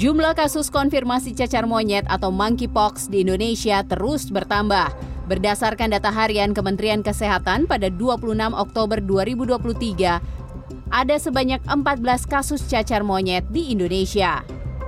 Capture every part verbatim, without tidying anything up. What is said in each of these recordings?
Jumlah kasus konfirmasi cacar monyet atau monkeypox di Indonesia terus bertambah. Berdasarkan data harian Kementerian Kesehatan pada dua puluh enam Oktober dua ribu dua puluh tiga, ada sebanyak empat belas kasus cacar monyet di Indonesia.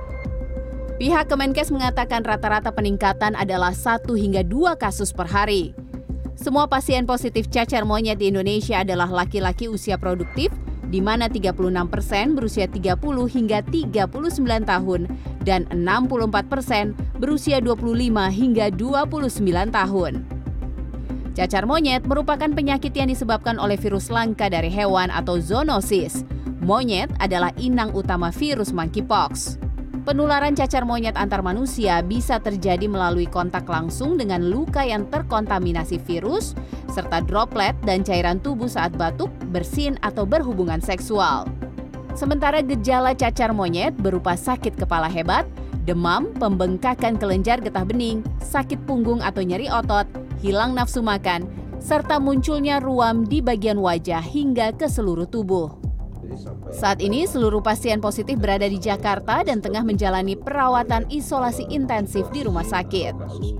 Pihak Kemenkes mengatakan rata-rata peningkatan adalah satu hingga dua kasus per hari. Semua pasien positif cacar monyet di Indonesia adalah laki-laki usia produktif, di mana tiga puluh enam persen berusia tiga puluh hingga tiga puluh sembilan tahun dan enam puluh empat persen berusia dua puluh lima hingga dua puluh sembilan tahun. Cacar monyet merupakan penyakit yang disebabkan oleh virus langka dari hewan atau zoonosis. Monyet adalah inang utama virus monkeypox. Penularan cacar monyet antar manusia bisa terjadi melalui kontak langsung dengan luka yang terkontaminasi virus, serta droplet dan cairan tubuh saat batuk, bersin, atau berhubungan seksual. Sementara gejala cacar monyet berupa sakit kepala hebat, demam, pembengkakan kelenjar getah bening, sakit punggung atau nyeri otot, hilang nafsu makan, serta munculnya ruam di bagian wajah hingga ke seluruh tubuh. Saat ini seluruh pasien positif berada di Jakarta dan tengah menjalani perawatan isolasi intensif di rumah sakit.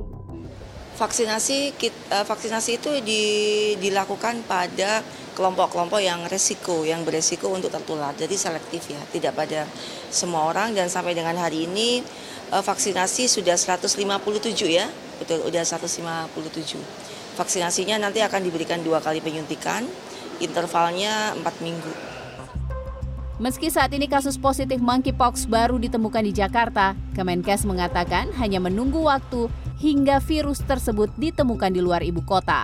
Vaksinasi vaksinasi itu di, dilakukan pada kelompok-kelompok yang resiko, yang beresiko untuk tertular. Jadi selektif ya, tidak pada semua orang, dan sampai dengan hari ini vaksinasi sudah seratus lima puluh tujuh ya. Betul, sudah seratus lima puluh tujuh. Vaksinasinya nanti akan diberikan dua kali penyuntikan, intervalnya empat minggu. Meski saat ini kasus positif monkeypox baru ditemukan di Jakarta, Kemenkes mengatakan hanya menunggu waktu hingga virus tersebut ditemukan di luar ibu kota.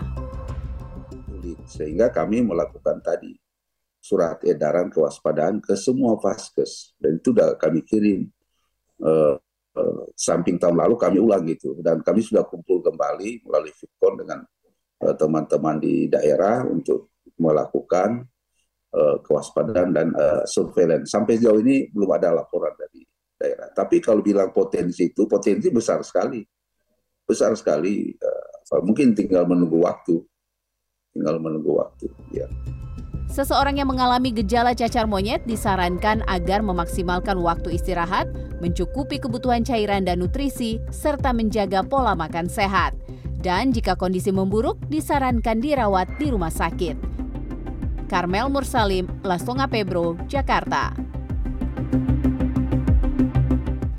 Sehingga kami melakukan tadi surat edaran kewaspadaan ke semua vaskes, dan itu sudah kami kirim. Uh, uh, samping tahun lalu kami ulang gitu, dan kami sudah kumpul kembali melalui Vidcon dengan uh, teman-teman di daerah untuk melakukan Uh, kewaspadaan dan uh, surveillance. Sampai sejauh ini belum ada laporan dari daerah. Tapi kalau bilang potensi itu, potensi besar sekali. Besar sekali. Uh, mungkin tinggal menunggu waktu. Tinggal menunggu waktu. Ya. Seseorang yang mengalami gejala cacar monyet disarankan agar memaksimalkan waktu istirahat, mencukupi kebutuhan cairan dan nutrisi, serta menjaga pola makan sehat. Dan jika kondisi memburuk, disarankan dirawat di rumah sakit. Karmel Mursalim, Lastonga Pebro, Jakarta.